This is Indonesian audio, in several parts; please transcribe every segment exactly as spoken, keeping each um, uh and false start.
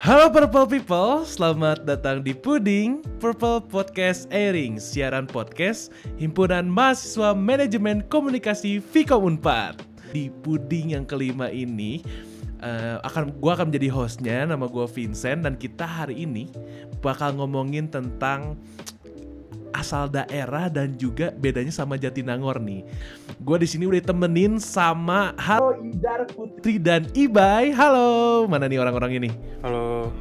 Halo Purple People, selamat datang di Puding Purple Podcast Airing, siaran podcast Himpunan Mahasiswa Manajemen Komunikasi Vkom Unpad. Di Puding yang kelima ini, uh, akan gue akan menjadi hostnya, nama gue Vincent, dan kita hari ini bakal ngomongin tentang asal daerah dan juga bedanya sama Jatinangor nih. Gue di sini udah temenin sama Halo Idar, Putri dan Ibai. Halo, mana nih orang-orang ini? Halo.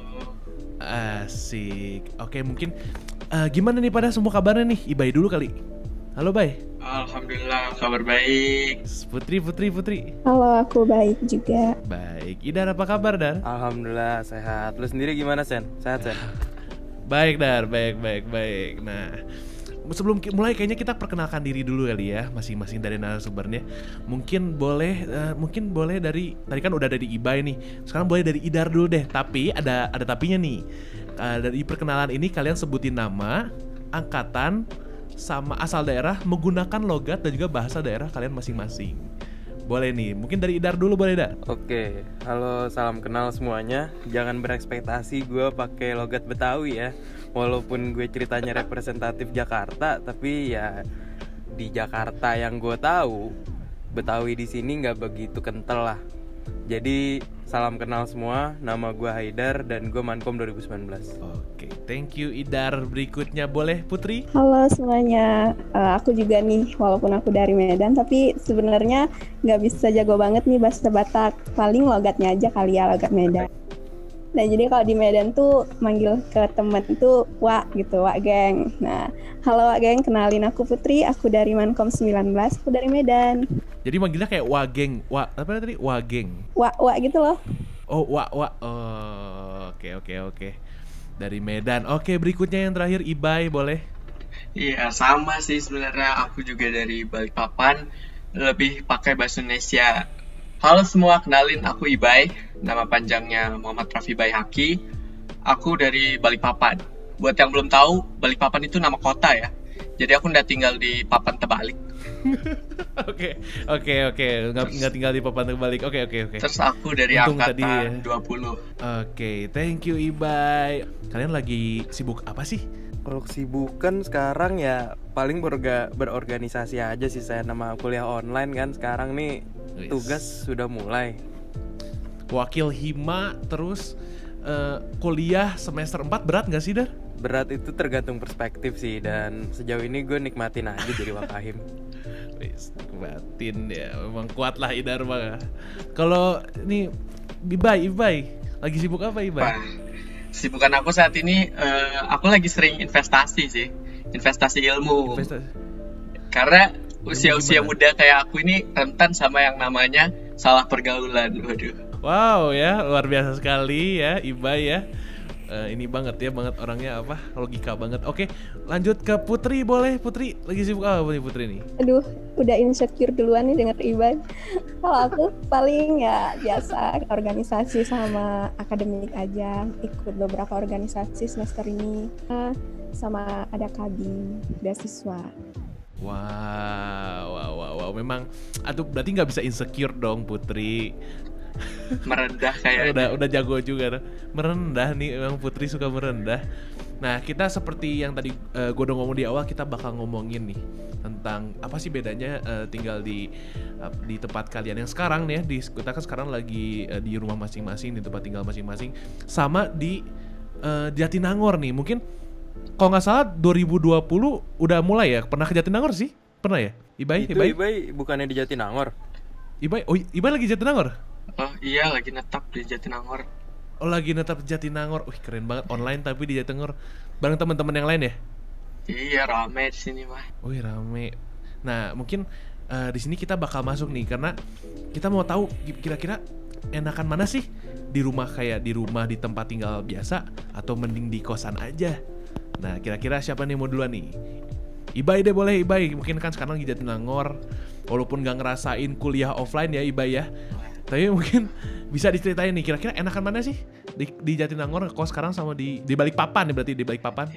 Asik. Oke, mungkin uh, gimana nih pada semua kabarnya nih? Ibai dulu kali. Halo, Bay. Alhamdulillah, kabar baik. Putri, Putri, Putri. Halo, aku baik juga. Baik. Idar, apa kabar, Dar? Alhamdulillah sehat. Lu sendiri gimana, Sen? Sehat, Sen? Baik, Dar. Baik, baik, baik. Nah, sebelum mulai kayaknya kita perkenalkan diri dulu kali ya, masing-masing dari narasumbernya. Mungkin boleh uh, mungkin boleh dari tadi kan udah dari Ibai nih. Sekarang boleh dari Idar dulu deh. Tapi ada ada tapinya nih. Uh, dari perkenalan ini kalian sebutin nama, angkatan, sama asal daerah menggunakan logat dan juga bahasa daerah kalian masing-masing. Boleh nih, mungkin dari Idar dulu boleh, Dar? Oke, halo, salam kenal semuanya. Jangan berekspektasi gue pakai logat Betawi ya. Walaupun gue ceritanya representatif Jakarta, tapi ya di Jakarta yang gue tahu Betawi di sini nggak begitu kental lah. Jadi salam kenal semua, nama gue Haidar dan gue Mankom dua ribu sembilan belas. Oke, thank you Idar. Berikutnya boleh Putri? Halo semuanya, uh, aku juga nih, walaupun aku dari Medan, tapi sebenarnya nggak bisa jago banget nih bahasa Batak. Paling logatnya aja kali ya, logat Medan. Nah jadi kalau di Medan tuh manggil ke temen tuh Wak gitu, Wak geng. Nah halo Wak geng, kenalin aku Putri, aku dari Mankom sembilan belas, aku dari Medan. Jadi manggilnya kayak Wageng, Wak apa tadi? Wageng. Wak Wak gitu loh. Oh Wak Wak. Oh oke oke oke. Dari Medan. Oke, berikutnya yang terakhir Ibai boleh? Iya, sama sih sebenarnya, aku juga dari Balikpapan, lebih pakai bahasa Indonesia. Halo semua, kenalin aku Ibai, nama panjangnya Muhammad Raffi Baihaqi. Aku dari Balikpapan. Buat yang belum tahu, Balikpapan itu nama kota ya. Jadi aku udah tinggal di Papan Tebalik. Oke, oke, oke. Nggak nggak tinggal di Papan Tebalik. Oke, oke, oke. Terus aku dari Untung angkatan tadi ya. dua puluh. Oke, thank you Ibai. Kalian lagi sibuk apa sih? Kalau kesibukan sekarang ya paling berorga, berorganisasi aja sih saya, nama kuliah online kan sekarang nih. Yes. Tugas sudah mulai. Wakil Hima terus uh, kuliah semester empat berat gak sih, Dar? Berat itu tergantung perspektif sih, dan sejauh ini gue nikmatin aja jadi wakahim. Wis, nikmatin ya, memang kuat lah Idar mah. Kalau ini Ibai, Ibai lagi sibuk apa Ibai? Wah, sibukan aku saat ini, uh, aku lagi sering investasi sih, investasi ilmu. Investasi. Karena usia-usia Gimana? muda kayak aku ini rentan sama yang namanya salah pergaulan. Waduh. Wow ya, luar biasa sekali ya Ibai ya. Uh, ini banget ya, banget orangnya apa, logika banget. Oke, lanjut ke Putri boleh. Putri lagi sibuk apa nih Putri nih? Aduh, udah insecure duluan nih denger Ibai. Kalau aku paling ya biasa organisasi sama akademik aja, ikut beberapa organisasi semester ini, sama ada kabin beasiswa. Wow, wow, wow, wow. Memang, aduh berarti nggak bisa insecure dong Putri. Merendah kayaknya. udah udah jago juga, merendah nih, memang Putri suka merendah. Nah kita seperti yang tadi uh, gue udah ngomong di awal, kita bakal ngomongin nih tentang apa sih bedanya uh, tinggal di uh, di tempat kalian yang sekarang nih ya, di kita kan sekarang lagi uh, di rumah masing-masing, di tempat tinggal masing-masing, sama di uh, Jatinangor nih. Mungkin kalau nggak salah dua ribu dua puluh udah mulai ya, pernah ke Jatinangor sih? Pernah ya? Ibai? Itu Ibai? Ibai bukannya di Jatinangor? Ibai? Oh Ibai lagi Jatinangor? Oh iya, lagi netap di Jatinangor. Oh lagi netap Jatinangor. Wih keren banget, online tapi di Jatinangor bareng teman-teman yang lain ya? Iya, rame di sini mah. Wih rame. Nah mungkin uh, di sini kita bakal masuk nih, karena kita mau tahu kira-kira enakan mana sih, di rumah kayak di rumah di tempat tinggal biasa atau mending di kosan aja. Nah kira-kira siapa nih mau duluan nih? Ibai deh boleh, Ibai. Mungkin kan sekarang di Jatinangor, walaupun gak ngerasain kuliah offline ya Ibai ya, tapi mungkin bisa diceritain nih kira-kira enakan mana sih di, di Jatinangor kok sekarang sama di di Balikpapan nih, berarti di Balikpapan.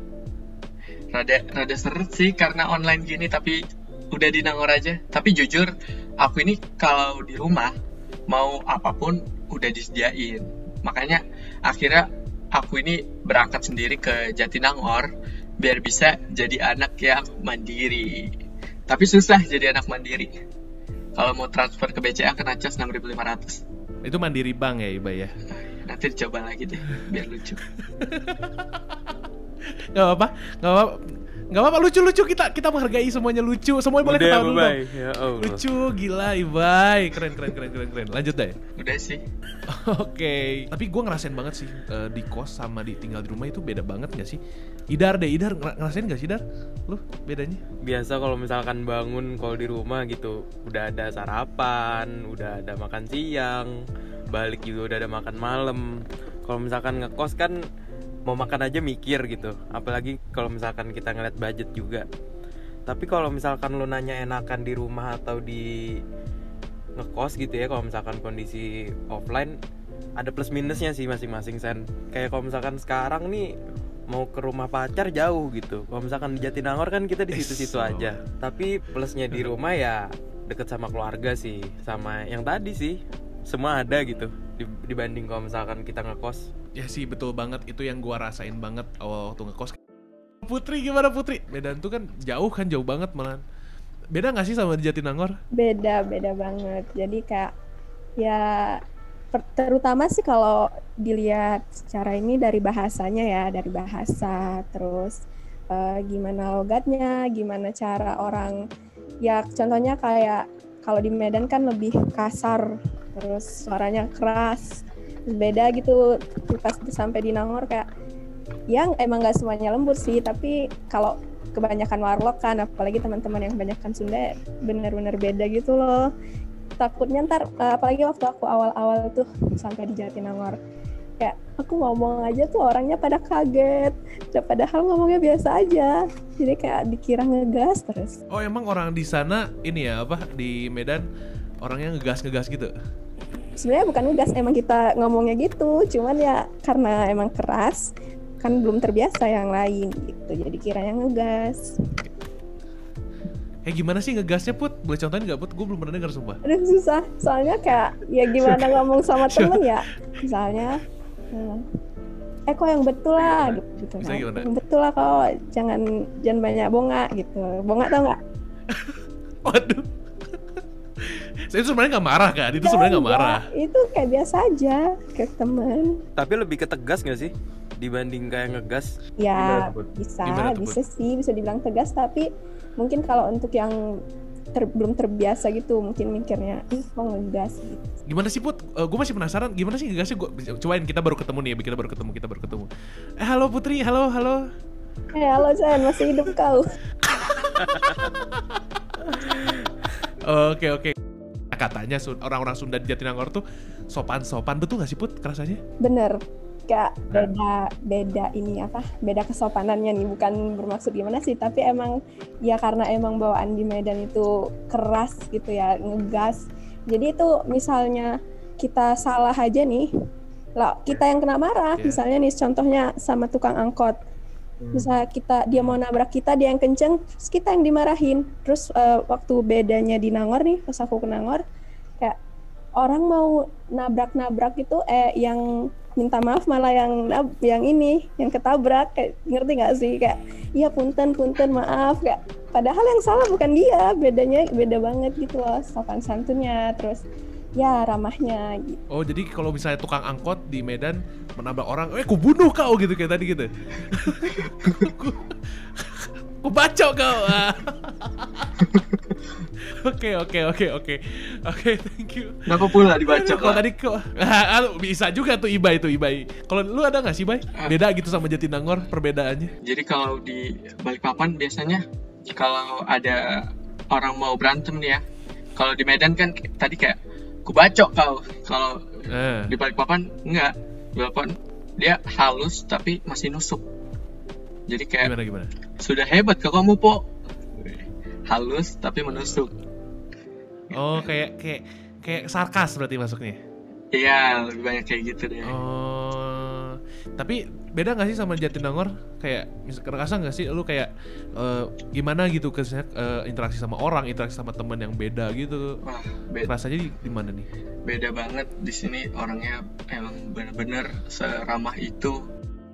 Rada rada seret sih karena online gini, tapi udah di Nangor aja. Tapi jujur, aku ini kalau di rumah mau apapun udah disediain. Makanya akhirnya aku ini berangkat sendiri ke Jatinangor biar bisa jadi anak yang mandiri. Tapi susah jadi anak mandiri. Kalau mau transfer ke B C A kena cas enam ribu lima ratus. Itu mandiri bank ya Ibai ya? Nanti dicoba lagi deh biar lucu. Gak apa-apa, gak apa-apa. Gak apa-apa, lucu-lucu, kita kita menghargai semuanya lucu. Semuanya boleh Udah, ketawa dulu dong. ya Allah. Lucu, gila Ibai. Keren, keren, keren, keren, keren. Lanjut deh. Udah sih. Oke. Tapi gue ngerasain banget sih uh, di kos sama di tinggal di rumah itu beda banget gak sih? Idar deh, Idar ngerasain gak sih Idar? Lu bedanya? Biasa kalau misalkan bangun kalau di rumah gitu udah ada sarapan, udah ada makan siang, balik juga udah ada makan malam. Kalau misalkan ngekos kan mau makan aja mikir gitu, apalagi kalau misalkan kita ngeliat budget juga. Tapi kalau misalkan lo nanya enakan di rumah atau di ngekos gitu ya, kalau misalkan kondisi offline ada plus minusnya sih masing-masing Sen. Kayak kalau misalkan sekarang nih mau ke rumah pacar jauh gitu, kalau misalkan di Jatinangor kan kita di situ-situ aja. Tapi plusnya di rumah ya deket sama keluarga sih, sama yang tadi sih semua ada gitu dibanding kalau misalkan kita ngekos. Ya sih betul banget, itu yang gua rasain banget awal waktu ngekos. Putri gimana Putri? Medan tuh kan jauh kan jauh banget malah. Beda nggak sih sama di Jatinangor? Beda, beda banget. Jadi kayak ya per, terutama sih kalau dilihat secara ini dari bahasanya ya, dari bahasa, terus uh, gimana logatnya, gimana cara orang. Ya contohnya kayak kalau di Medan kan lebih kasar, terus suaranya keras. Beda gitu pas sampai di Nangor kayak yang emang nggak semuanya lembut sih, tapi kalau kebanyakan warlock kan, apalagi teman-teman yang kebanyakan Sunda, benar-benar beda gitu loh. Takutnya ntar apalagi waktu aku awal-awal tuh sampai di Jatinangor kayak aku ngomong aja tuh orangnya pada kaget, padahal ngomongnya biasa aja, jadi kayak dikira ngegas terus. Oh emang orang di sana ini ya apa di Medan orangnya ngegas-ngegas gitu? Sebenarnya bukan ngegas, emang kita ngomongnya gitu, cuman ya karena emang keras kan belum terbiasa yang lain gitu, jadi kiranya ngegas. Eh gimana sih ngegasnya Put? Boleh contohin gak Put? Gue belum pernah denger sumpah. Aduh susah, soalnya kayak ya gimana ngomong sama temen ya, misalnya eh kok yang betul lah gitu, gitu kan. Yang betul lah kok, jangan jangan banyak bonga gitu, bonga tau nggak? Waduh. Saya itu sebenarnya nggak marah kan? Itu sebenarnya nggak marah. Itu kayak biasa aja ke temen. Tapi lebih ke tegas nggak sih dibanding kayak ngegas? Ya bisa, bisa sih, bisa dibilang tegas. Tapi mungkin kalau untuk yang ter, belum terbiasa gitu, mungkin mikirnya, ih kok ngegas gitu. Gimana sih Put? Uh, gue masih penasaran. Gimana sih ngegasnya? Gua cobain, kita baru ketemu nih, kita baru ketemu, kita baru ketemu. Eh halo Putri, halo, halo. Eh hey, halo Sen, masih hidup kau? Oke oke. Katanya orang-orang Sunda di Jatinangor tuh sopan-sopan, betul gak sih Put kerasanya? Bener, kayak beda beda ini apa? Beda kesopanannya nih, bukan bermaksud gimana sih, tapi emang ya karena emang bawaan di Medan itu keras gitu ya, ngegas. Jadi itu misalnya kita salah aja nih, lah kita yang kena marah. Yeah. Misalnya nih contohnya sama tukang angkot. Misalnya kita dia mau nabrak kita, dia yang kenceng, terus kita yang dimarahin. Terus uh, waktu bedanya di Nangor nih, pas aku ke Nangor, kayak orang mau nabrak-nabrak itu, eh yang minta maaf malah yang yang ini, yang ketabrak, kayak ngerti nggak sih? Kayak, iya punten punten maaf, kayak padahal yang salah bukan dia, bedanya beda banget gitu loh, sopan santunnya, terus ya ramahnya gitu. Oh jadi kalau misalnya tukang angkot di Medan menabrak orang, eh ku bunuh kau gitu kayak tadi gitu. Ku bacok kau. Oke oke oke oke oke thank you. Kenapa pula dibacok? Kalau tadi kok bisa juga tuh Ibai tuh Ibai. Kalau lu ada nggak sih Ibai? Beda gitu sama Jatinangor perbedaannya? Jadi kalau di Balikpapan biasanya kalau ada orang mau berantem nih ya, kalau di Medan kan tadi kayak ku bacok kau. Kalau eh. di Balikpapan enggak, di Balikpapan dia halus tapi masih nusuk. Jadi kayak gimana gimana? Sudah hebat kau kamu po. Halus tapi menusuk. Oh kayak kayak kayak sarkas berarti masuknya? Iya lebih banyak kayak gitu deh. Oh tapi beda nggak sih sama Jatinangor? Kayak kerasa nggak sih lu kayak uh, gimana gitu ke uh, interaksi sama orang, interaksi sama teman yang beda gitu? Wah, be- rasanya di, di mana nih? Beda banget di sini, orangnya emang bener-bener seramah itu.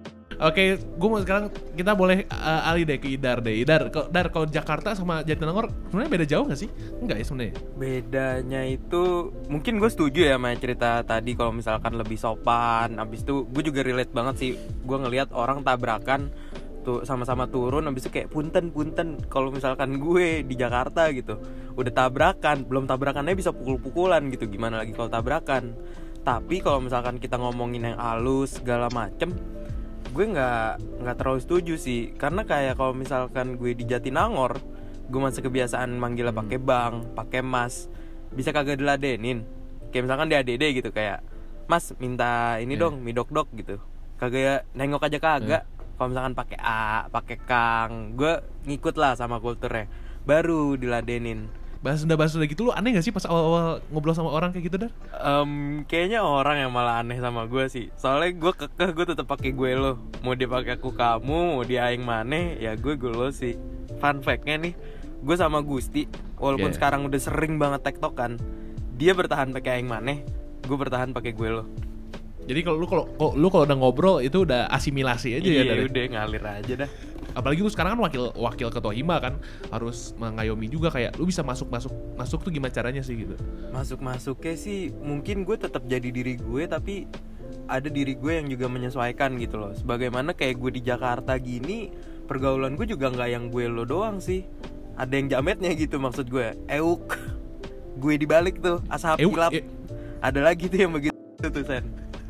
Oke, gue mau sekarang kita boleh uh, alih deh ke Idar deh. Idar, kok Dar kalau Jakarta sama Jatinangor sebenarnya beda jauh nggak sih? Enggak ya sebenarnya? Bedanya itu mungkin gue setuju ya sama cerita tadi kalau misalkan lebih sopan. Abis itu gue juga relate banget sih. Gue ngelihat orang tabrakan tuh sama-sama turun, abis itu kayak punten punten. Kalau misalkan gue di Jakarta gitu, udah tabrakan, belum tabrakannya bisa pukul-pukulan gitu. Gimana lagi kalau tabrakan? Tapi kalau misalkan kita ngomongin yang halus segala macem, gue nggak nggak terlalu setuju sih, karena kayak kalau misalkan gue di Jatinangor, gue masih kebiasaan manggilnya pakai bang, pakai mas, bisa kagak diladenin. Kayak misalkan di A D D gitu, kayak mas minta ini yeah. dong mie dok dok gitu, kagak nengok aja kagak. Yeah. Kalau misalkan pakai A, pakai kang, gue ngikut lah sama kulturnya, baru diladenin. Bahas Sunda bahas Sunda gitu lu aneh gak sih pas awal-awal ngobrol sama orang kayak gitu, Dar? Um, kayaknya orang yang malah aneh sama gue sih. Soalnya gue kekeh, gue tetap pakai gue lo. Mau dia pakai aku kamu, mau dia aing maneh, ya gue gue lo sih. Fun fact-nya nih, gue sama Gusti walaupun yeah. sekarang udah sering banget tektokan, dia bertahan pakai aing maneh, gue bertahan pakai gue lo. Jadi kalau lu kalau lu kalau udah ngobrol itu udah asimilasi aja iya, ya, Dar? Iya, udah ngalir aja dah. Apalagi lu sekarang kan wakil wakil ketua hima kan, harus mengayomi juga, kayak lu bisa masuk masuk masuk tuh gimana caranya sih gitu? Masuk masuknya sih mungkin gue tetap jadi diri gue, tapi ada diri gue yang juga menyesuaikan gitu loh. Sebagaimana kayak gue di Jakarta gini, pergaulan gue juga nggak yang gue lo doang sih, ada yang jametnya gitu, maksud gue euk gue dibalik tuh ashab kilap e- ada lagi tuh yang begitu tuh Sen.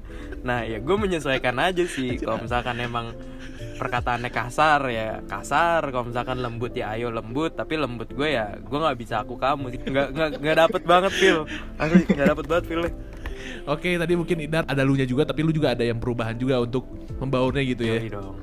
Nah ya gue menyesuaikan aja sih. Kalau misalkan emang perkataannya kasar ya kasar, kalau misalkan lembut ya ayo lembut, tapi lembut gue ya gue nggak bisa aku kamu sih, nggak nggak nggak dapet banget feel, asli nggak dapet banget feelnya. Oke, tadi mungkin Idar ada lunya juga, tapi lu juga ada yang perubahan juga untuk membaurnya gitu ya. Iya dong.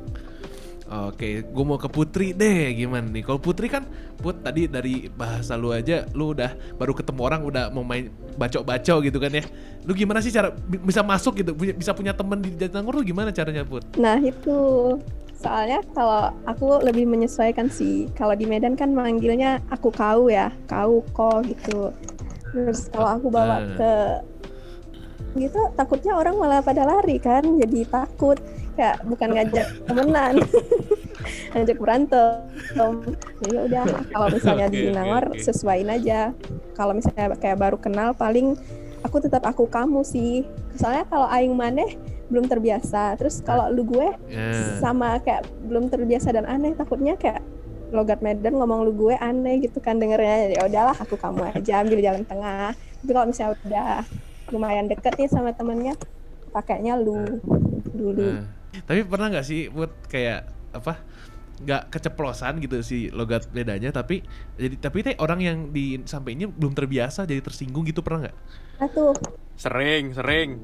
Oke, gue mau ke Putri deh, gimana nih? Kalau Putri kan, Put tadi dari bahasa lu aja, lu udah baru ketemu orang udah mau main bacok-bacok gitu kan ya. Lu gimana sih cara bisa masuk gitu, bisa punya temen di Jatinangor, lu gimana caranya, Put? Nah itu, soalnya kalau aku lebih menyesuaikan sih. Kalau di Medan kan manggilnya aku kau ya, kau ko gitu. Terus kalau aku bawa uh. ke gitu, takutnya orang malah pada lari kan, jadi takut. Kayak bukan ngajak temenan, ngajak berantem. Jadi udah, kalau misalnya di Jatinangor okay, okay. sesuaiin aja. Kalau misalnya kayak baru kenal, paling aku tetap aku kamu sih. Soalnya kalau aing maneh belum terbiasa. Terus kalau lu gue yeah. sama kayak belum terbiasa dan aneh, takutnya kayak logat Medan ngomong lu gue aneh gitu kan dengernya. Ya udahlah, aku kamu aja, ambil jalan tengah. Tapi kalau misalnya udah lumayan deket nih sama temennya, pakainya lu dulu. Uh. Tapi pernah nggak sih buat kayak apa nggak keceplosan gitu sih logat bedanya, tapi jadi tapi teh orang yang disampaikannya belum terbiasa jadi tersinggung gitu, pernah nggak? Atuh. Sering sering.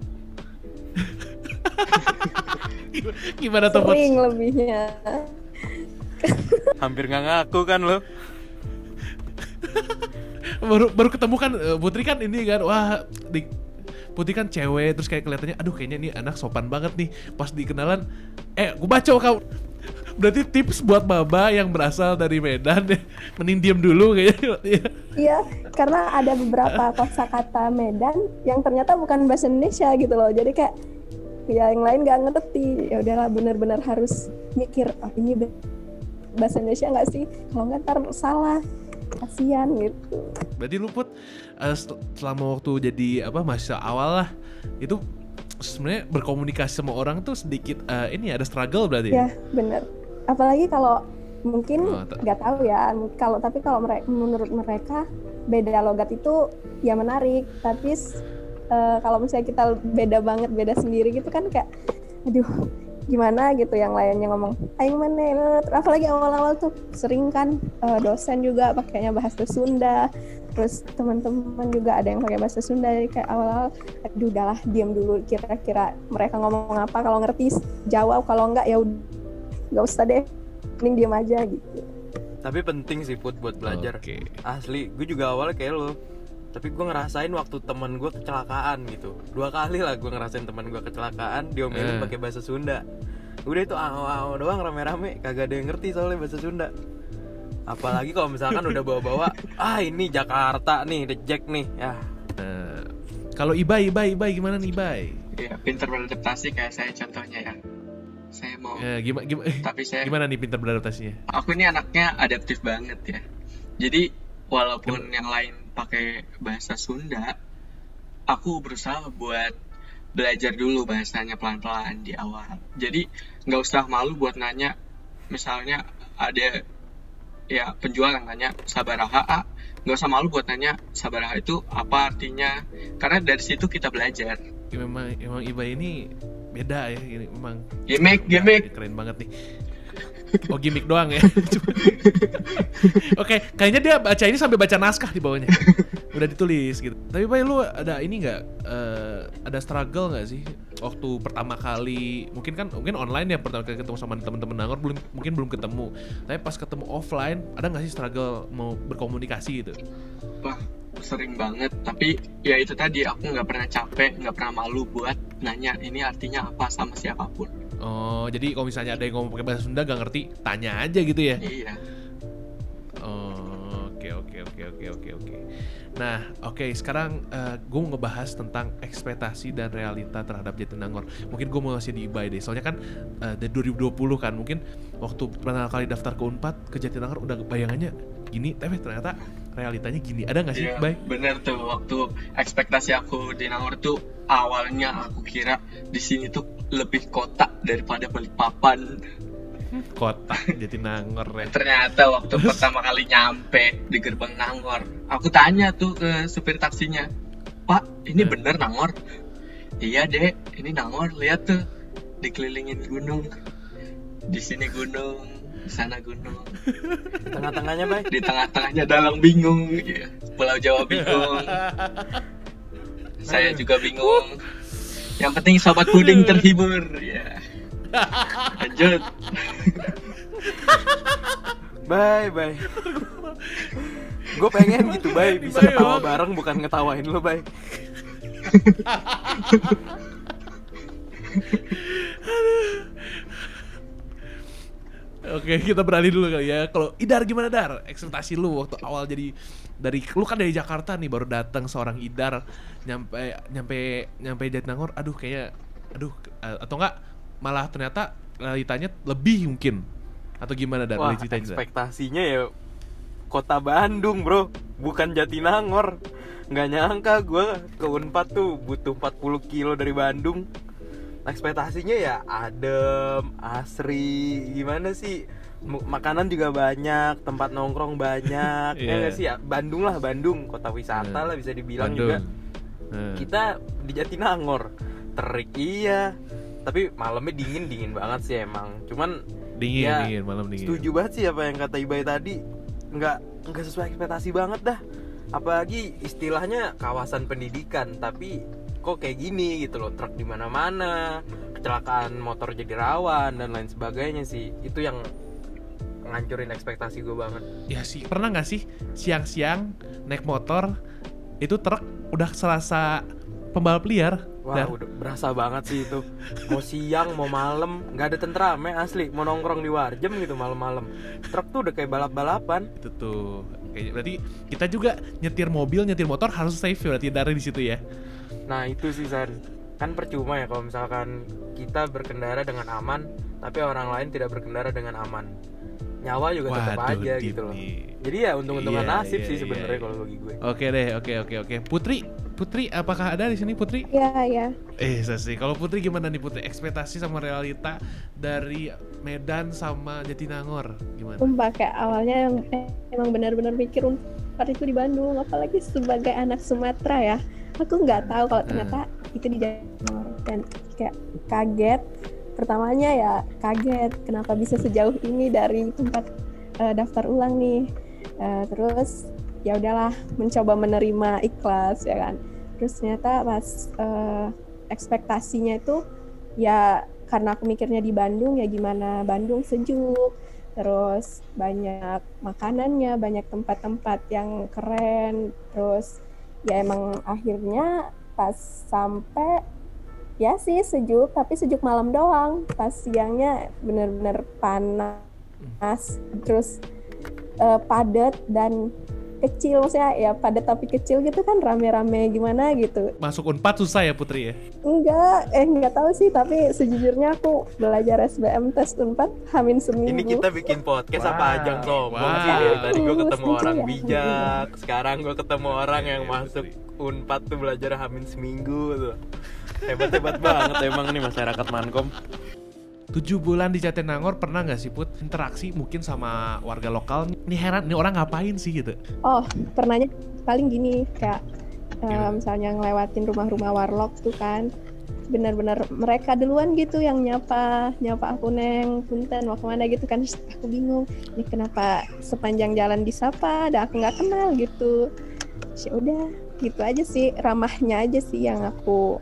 Gimana tuh? Sering lebihnya. Hampir nggak ngaku kan lo? baru baru ketemu kan Putri kan ini kan, wah di Putri kan cewek, terus kayak kelihatannya aduh kayaknya nih anak sopan banget nih. Pas dikenalan, eh gue baca kau. Berarti tips buat maba yang berasal dari Medan, mending diem dulu kayaknya. Iya, karena ada beberapa kosakata Medan yang ternyata bukan bahasa Indonesia gitu loh. Jadi kayak ya yang lain nggak ngerti. Ya udahlah, benar-benar harus mikir, oh ini bahasa Indonesia nggak sih? Kalau nggak ntar salah. Kasian gitu. Berarti lu Put uh, selama waktu jadi apa mahasiswa awal lah itu sebenarnya berkomunikasi sama orang tuh sedikit uh, ini ada struggle berarti. Ya benar. Apalagi kalau mungkin nggak oh, tahu ya. Kalau tapi kalau mere- menurut mereka beda logat itu ya menarik. Tapi uh, kalau misalnya kita beda banget, beda sendiri gitu kan kayak, aduh gimana gitu, yang lainnya ngomong aing mana, apalagi awal-awal tuh sering kan uh, dosen juga pakainya bahasa Sunda, terus teman-teman juga ada yang pakai bahasa Sunda, jadi kayak awal-awal aduh udahlah diam dulu, kira-kira mereka ngomong apa, kalau ngerti jawab, kalau enggak ya udah nggak usah deh, mending diam aja gitu. Tapi penting sih Put buat belajar. Okay. Asli, gue juga awalnya kayak lo tapi gue ngerasain waktu temen gue kecelakaan gitu. Dua kali lah gue ngerasain temen gue kecelakaan diomelin Eh. pakai bahasa Sunda. Udah itu ao-ao doang rame-rame, kagak ada yang ngerti soalnya bahasa Sunda. Apalagi kalau misalkan udah bawa-bawa, ah ini Jakarta nih, The Jack nih, ya. Nah, kalau Ibai, Ibai, Ibai gimana nih Ibai? Ya, pintar beradaptasi kayak saya contohnya ya. Saya mau, Ya, gimana, gimana, tapi saya, gimana nih pintar beradaptasinya? aku ini anaknya adaptif banget ya. Jadi walaupun yang lain pakai bahasa Sunda, aku berusaha buat belajar dulu bahasanya pelan-pelan di awal. Jadi nggak usah malu buat nanya, misalnya ada ya penjual yang nanya sabaraha, ah, nggak usah malu buat nanya sabaraha itu apa artinya, karena dari situ kita belajar. Ya, memang, memang Ibai ini beda ya, ini memang Gimmick, gimmick. keren banget nih. Oh gimmick doang ya. Oke, kayaknya dia baca ini sampai baca naskah di bawahnya. Udah ditulis gitu. Tapi Bay, lu ada ini nggak? eh, ada struggle nggak sih waktu pertama kali? Mungkin kan mungkin online ya pertama kali ketemu sama teman-teman Nangor, belum mungkin belum ketemu. Tapi pas ketemu offline, ada nggak sih struggle mau berkomunikasi gitu? Wah, sering banget. Tapi ya itu tadi, aku nggak pernah capek, nggak pernah malu buat nanya ini artinya apa sama siapapun. Oh, jadi kalau misalnya ada yang ngomong pakai bahasa Sunda gak ngerti, tanya aja gitu ya? Iya. Oh, oke oke oke oke oke oke. Nah, oke sekarang uh, gue mau ngebahas tentang ekspektasi dan realita terhadap Jatinangor. Mungkin gue mau ngasih di Ibai deh. Soalnya kan uh, dari dua ribu dua puluh kan, mungkin waktu pertama kali daftar ke Unpad ke Jatinangor udah bayangannya gini, tapi ternyata realitanya gini. Ada nggak sih, Iya, Ibai? bener tuh. Waktu ekspektasi aku di Nangor tuh, awalnya aku kira di sini tuh lebih kota daripada Balikpapan. Kota Jatinangor ya. Ternyata waktu pertama kali nyampe di gerbang Nangor, aku tanya tuh ke supir taksinya, Pak, ini Eh. bener Nangor? Iya dek, ini Nangor, lihat tuh dikelilingin gunung. Di sini gunung, di sana gunung. Tengah-tengahnya Bay. Di tengah-tengahnya dalang bingung, ya. Pulau Jawa bingung. Saya juga bingung. Yang penting sobat puding terhibur, ya. Lanjut. Bay, Bay. Gue pengen gitu Bay, bisa Bay, ketawa Bang. bareng bukan ngetawain lo Bay. Oke, kita beralih dulu kali ya. Kalau Idar gimana Dar? Ekspektasi lu waktu awal jadi dari lu kan dari Jakarta nih baru datang seorang Idar nyampe nyampe nyampe Jatinangor. Aduh kayaknya aduh eh, atau enggak malah ternyata realitanya lebih mungkin. Atau gimana Dar? Wah, Boleh ceritain, Dar? ekspektasinya ya kota Bandung bro, bukan Jatinangor. Nggak nyangka gue ke Unpad tuh butuh empat puluh kilo dari Bandung. Ekspektasinya ya adem, asri, gimana sih, M- makanan juga banyak, tempat nongkrong banyak. Ya Iya. nggak sih, ya Bandung lah, Bandung kota wisata Iya. lah bisa dibilang Bandung. juga. Nah. Kita di Jatinangor, terik iya, tapi malamnya dingin dingin banget sih emang. Cuman Dingin, ya, dingin, malam dingin. setuju banget sih apa yang kata Ibai tadi, nggak nggak sesuai ekspektasi banget dah. Apalagi istilahnya kawasan pendidikan, tapi kok kayak gini gitu loh, truk di mana-mana, kecelakaan motor jadi rawan dan lain sebagainya sih. Itu yang ngancurin ekspektasi gue banget. Ya sih, pernah nggak sih siang-siang naik motor itu truk udah serasa pembalap liar? Wah, Dar? udah berasa banget sih itu. Mau siang, mau malam, nggak ada tentrame asli. Mau nongkrong di Warjem gitu malam-malam. Truk tuh udah kayak balap-balapan. Itu tuh. Kayaknya berarti kita juga nyetir mobil, nyetir motor harus safe berarti dari di situ ya. Nah itu sih San, kan percuma ya kalau misalkan kita berkendara dengan aman, tapi orang lain tidak berkendara dengan aman. Nyawa juga tetap Waduh, aja deep gitu loh. nih. Jadi ya untung-untungan Iya, nasib iya, sih iya, sebenarnya iya. kalau bagi gue. Oke deh, oke oke oke. Putri, Putri apakah ada di sini Putri? Iya, iya. Eh, sih. Kalau Putri gimana nih Putri? Ekspektasi sama realita dari Medan sama Jatinangor gimana? Sumpah kayak awalnya yang eh, emang benar-benar mikir Unpad itu di Bandung, apalagi sebagai anak Sumatera ya. Aku nggak tahu kalau ternyata itu di Jatinangor, dan kayak kaget. Pertamanya ya kaget, kenapa bisa sejauh ini dari tempat eh, daftar ulang nih. Eh, terus ya udahlah, mencoba menerima ikhlas ya kan. Terus ternyata pas eh, ekspektasinya itu ya karena aku mikirnya di Bandung, ya gimana Bandung sejuk, terus banyak makanannya, banyak tempat-tempat yang keren, terus ya emang akhirnya pas sampai ya sih sejuk, tapi sejuk malam doang. Pas siangnya bener-bener panas, terus uh, padat dan kecil, maksudnya ya padat tapi kecil gitu kan, rame-rame gimana gitu. Masuk Unpad susah ya Putri ya? Enggak, eh enggak tahu sih, tapi sejujurnya aku belajar S B M tes Unpad hamin seminggu. Ini kita bikin podcast Wah. apa ajang sombong Wah. sih dari tadi gue ketemu Lucu orang ya. bijak, sekarang gue ketemu orang yang Iya, masuk Putri. Unpad tuh belajar hamin seminggu tuh. Hebat-hebat banget emang nih masyarakat Mankom. Tujuh bulan di Jatinangor pernah nggak sih Put interaksi mungkin sama warga lokal? Nih heran, nih orang ngapain sih gitu? Oh, pernahnya paling gini, kayak eh, Gimana? misalnya ngelewatin rumah-rumah warlock tuh kan, benar-benar mereka duluan gitu yang nyapa, nyapa aku, Neng, punten mau kemana gitu kan. Terus aku bingung, ini kenapa sepanjang jalan disapa, ada aku nggak kenal gitu. Terus ya udah, gitu aja sih, ramahnya aja sih yang aku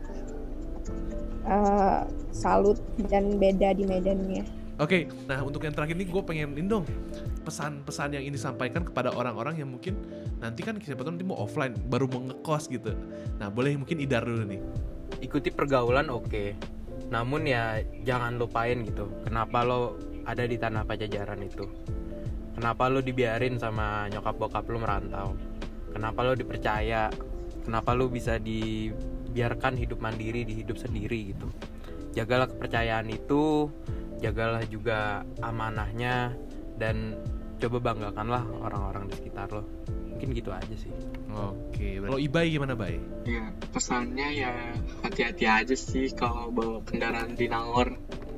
eh, salut dan beda di Medannya. Oke, nah untuk yang terakhir nih gue pengen ini dong pesan-pesan yang ini disampaikan kepada orang-orang yang mungkin nanti kan siapa tahu nanti mau offline baru mau ngekos gitu. Nah boleh mungkin Idar dulu nih. Ikuti pergaulan oke, namun ya jangan lupain gitu kenapa lo ada di tanah Pajajaran itu, kenapa lo dibiarin sama nyokap bokap lo merantau, kenapa lo dipercaya, kenapa lo bisa dibiarkan hidup mandiri, di hidup sendiri gitu. Jagalah kepercayaan itu, jagalah juga amanahnya, dan coba banggakanlah orang-orang di sekitar lo. Mungkin gitu aja sih. Oke, kalau Ibai gimana Bay? Ya, pesannya ya hati-hati aja sih kalau bawa kendaraan di Nangor,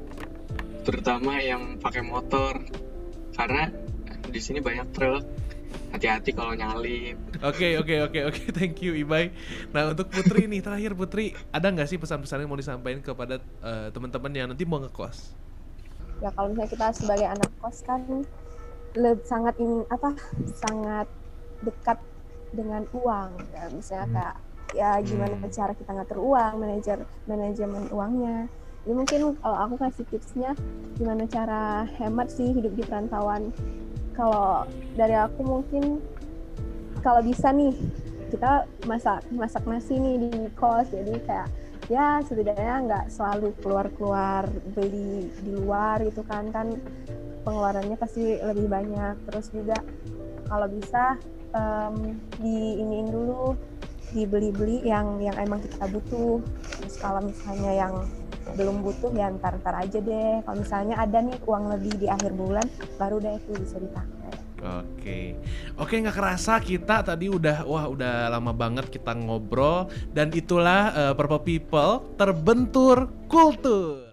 terutama yang pakai motor, karena di sini banyak truk. Hati-hati kalau nyalip. Oke oke oke oke, thank you Ibai. Nah untuk Putri nih terakhir Putri, ada nggak sih pesan-pesan yang mau disampaikan kepada uh, teman-teman yang nanti mau ngekos? Ya kalau misalnya kita sebagai anak kos kan le- sangat ingin apa sangat dekat dengan uang ya, misalnya kayak ya gimana Hmm. cara kita ngatur uang, manajer manajemen uangnya. Jadi mungkin kalau aku kasih tipsnya gimana cara hemat sih hidup di perantauan. Kalau dari aku mungkin kalau bisa nih kita masak masak nasi nih di kos, jadi kayak ya setidaknya nggak selalu keluar-keluar beli di luar gitu kan, kan pengeluarannya pasti lebih banyak. Terus juga kalau bisa um, diiniin dulu, dibeli-beli yang yang emang kita butuh. Terus kalau misalnya yang belum butuh ya ntar-ntar aja deh. Kalau misalnya ada nih uang lebih di akhir bulan, baru deh itu bisa dipakai. Oke, oke nggak kerasa kita tadi udah wah udah lama banget kita ngobrol dan itulah uh, Purple People terbentur kultur.